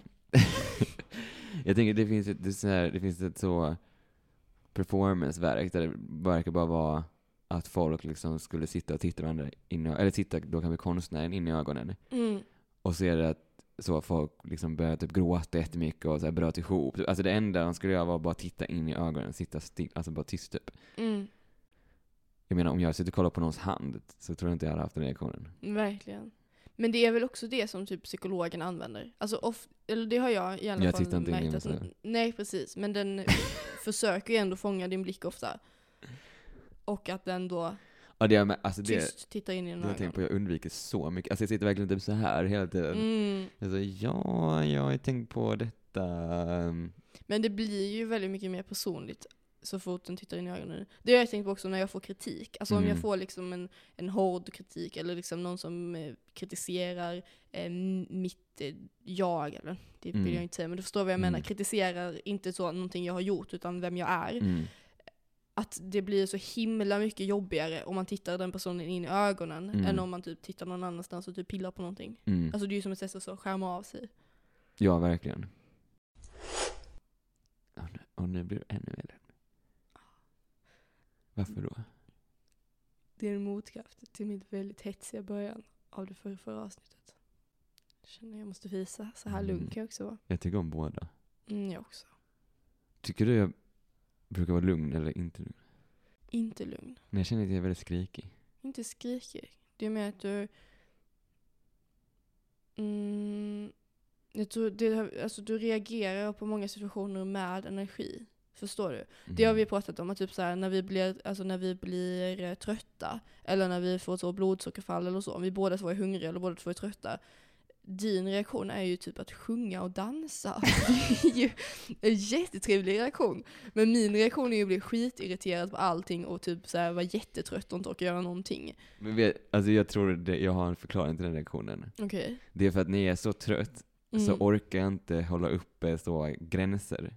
jag tänker det finns ett så performanceverk där det verkar bara vara att folk liksom skulle sitta och titta varandra eller titta, då kan vi konstnären in i ögonen. Och så är det att så folk liksom börjar typ gråta jättemycket och så här bröt ihop. Alltså det enda de skulle göra var bara titta in i ögonen, sitta still, alltså bara tyst typ. Jag menar, om jag sitter och kollar på någons hand så tror jag inte jag hade haft den reaktionen. Verkligen. Men det är väl också det som typ psykologen använder. Alltså eller det har jag i alla fall märkt. Nej, precis. Men den försöker ju ändå fånga din blick ofta. Och att den då tyst tittar in i dina ögon. Jag tänker på jag undviker så mycket. Alltså jag sitter verkligen typ så här hela tiden. Alltså jag har tänkt på detta. Men det blir ju väldigt mycket mer personligt så fort den tittar in i ögonen. Det har jag tänkt på också när jag får kritik. Alltså om jag får liksom en hård kritik eller liksom någon som kritiserar mitt jag, eller det vill jag inte säga, men du förstår vad jag menar. Kritiserar inte så någonting jag har gjort utan vem jag är. Att det blir så himla mycket jobbigare om man tittar den personen in i ögonen än om man typ tittar någon annanstans och typ pillar på någonting. Alltså det är ju som ett sätt att skärma av sig. Ja, verkligen. Och nu blir det ännu mer. Varför då? Det är en motkraft till mitt väldigt hetsiga början av det förra avsnittet. Jag känner jag måste visa. Så här lugn kan jag också vara. Jag tycker om båda. Jag också. Tycker du jag brukar vara lugn eller inte lugn? Inte lugn. Men jag känner att jag är väldigt skrikig. Inte skrikig. Det är mer att du... jag tror du reagerar på många situationer med energi. Förstår du? Det har vi pratat om, att typ så här, när vi blir trötta eller när vi får så blodsockerfall eller så, om vi båda två är hungriga eller båda två är trötta, din reaktion är ju typ att sjunga och dansa. Det är ju en jättetrevlig reaktion. Men min reaktion är ju att bli skitirriterad på allting och typ så här vara jättetrött och inte orka göra någonting. Men alltså jag tror jag har en förklaring till den reaktionen. Okej. Det är för att ni är så trött så orkar jag inte hålla uppe så gränser.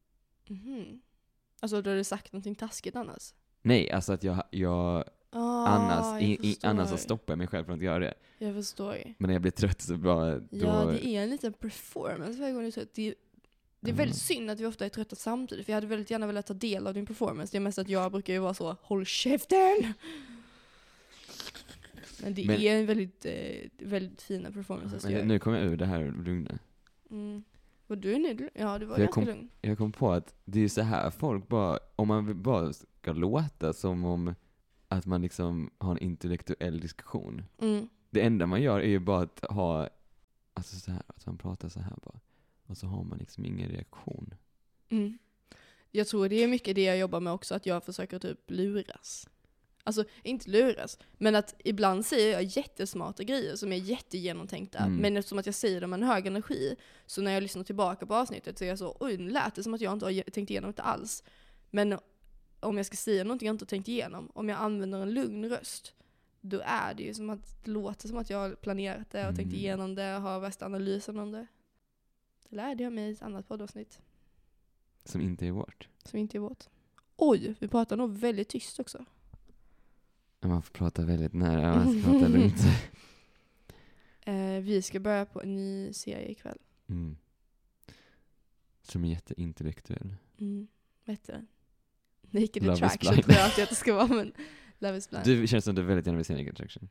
Alltså då har du sagt någonting taskigt annars? Nej, alltså att jag annars så stoppar jag mig själv från att göra det. Jag förstår. Men när jag blir trött så bara... Då... Ja, det är en liten performance varje gång du är trött. Det är väldigt synd att vi ofta är trötta samtidigt. För jag hade väldigt gärna velat ta del av din performance. Det är mest att jag brukar ju vara så, håll käften! Men det är en väldigt, väldigt fina performances du gör. Nu kommer jag ur det här lugna. Var du nöjd? Ja, det var ganska lugn. Jag kom på att det är så här folk bara, om man bara ska låta som om att man liksom har en intellektuell diskussion. Det enda man gör är ju bara att ha, alltså så här, att man pratar så här bara. Och så har man liksom ingen reaktion. Jag tror det är mycket det jag jobbar med också, att jag försöker typ luras. Alltså, inte luras, men att ibland säger jag jättesmarta grejer som är jättegenomtänkta. Men eftersom att jag säger dem med en hög energi, så när jag lyssnar tillbaka på avsnittet så är jag så, oj, nu lät det som att jag inte har tänkt igenom det alls. Men om jag ska säga någonting jag inte har tänkt igenom, om jag använder en lugn röst, då är det ju som att det låter som att jag har planerat det och tänkt igenom det och har värsta analysen om det. Det lärde jag mig i ett annat poddavsnitt. Som inte är vårt. Oj, vi pratar nog väldigt tyst också. Man får prata väldigt nära, man ska prata lugnt. Vi ska börja på en ny serie ikväll. Som är jätteintellektuell. Vet du? Naked Love Attraction tror jag att det ska vara, men Love is Blind. Du känns som du väldigt gärna vill se Naked Attraction.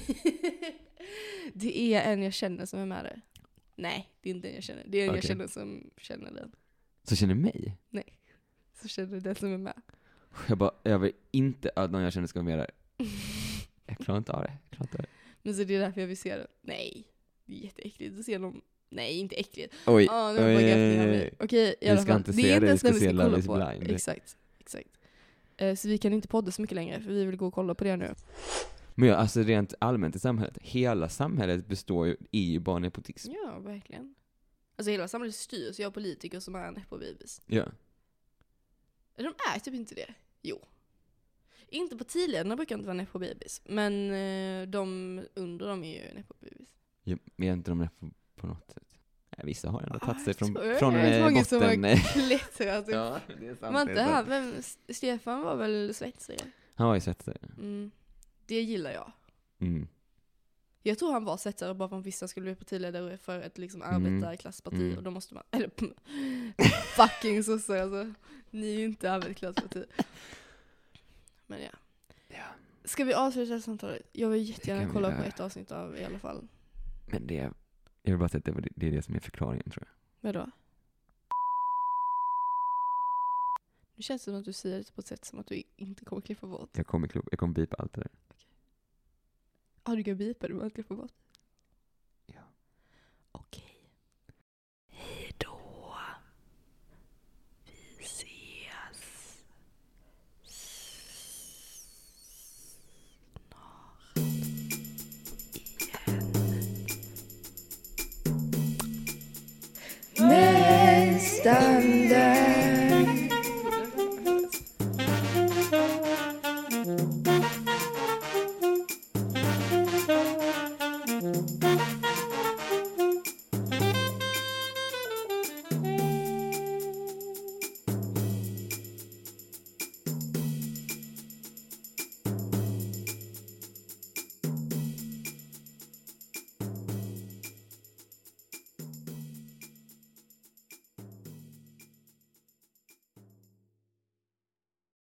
Det är en jag känner som är med där. Nej, det är inte en jag känner. Det är en jag känner som känner den. Så känner mig? Nej, så känner den som är med. Jag vill inte att någon jag känner ska vara med där. Jag klarar inte av det. Men så det är därför jag vill se den. Nej, det är jätteäckligt att se någon. Nej, inte äckligt. Oj. Okej, i alla fall. Ska inte se det, vi ska se Love is Blind. Exakt. Så vi kan inte podda så mycket längre, för vi vill gå och kolla på det nu. Men alltså rent allmänt i samhället, hela samhället består ju i bara nepotism. Ja, verkligen. Alltså hela samhället styrs ju av politiker som är nepo-babys. Ja. De är typ inte det. Jo. Inte partiledarna brukar inte vara nepo-babys, men de under dem är ju nepo-babys. Ja, men är inte de nepo på något sätt? Nej, vissa har ändå tagit sig från botten. Som har klättrat. Ja, det är sant. Man inte här, men Stefan var väl svetsare? Han var ju svetsare. Det gillar jag. Jag tror han var svetsare bara för att vissa skulle bli partiledare för ett liksom arbetarklassparti. Och då måste man, eller fucking sossar alltså. Ni är ju inte arbetarklassparti. Men ja. Ska vi avsluta samtalet? Jag vill jättegärna kolla på ett avsnitt av i alla fall. Men jag vill bara säga att det är det som är förklaringen, tror jag. Vadå? Nu känns det som att du säger det på ett sätt som att du inte kommer klippa bort. Jag kommer bipa allt det där. Okay. Du kan bipa, du bara klippa bort. Ja. Okej. Hej då. Vi ses. Snart igen. Nästan där.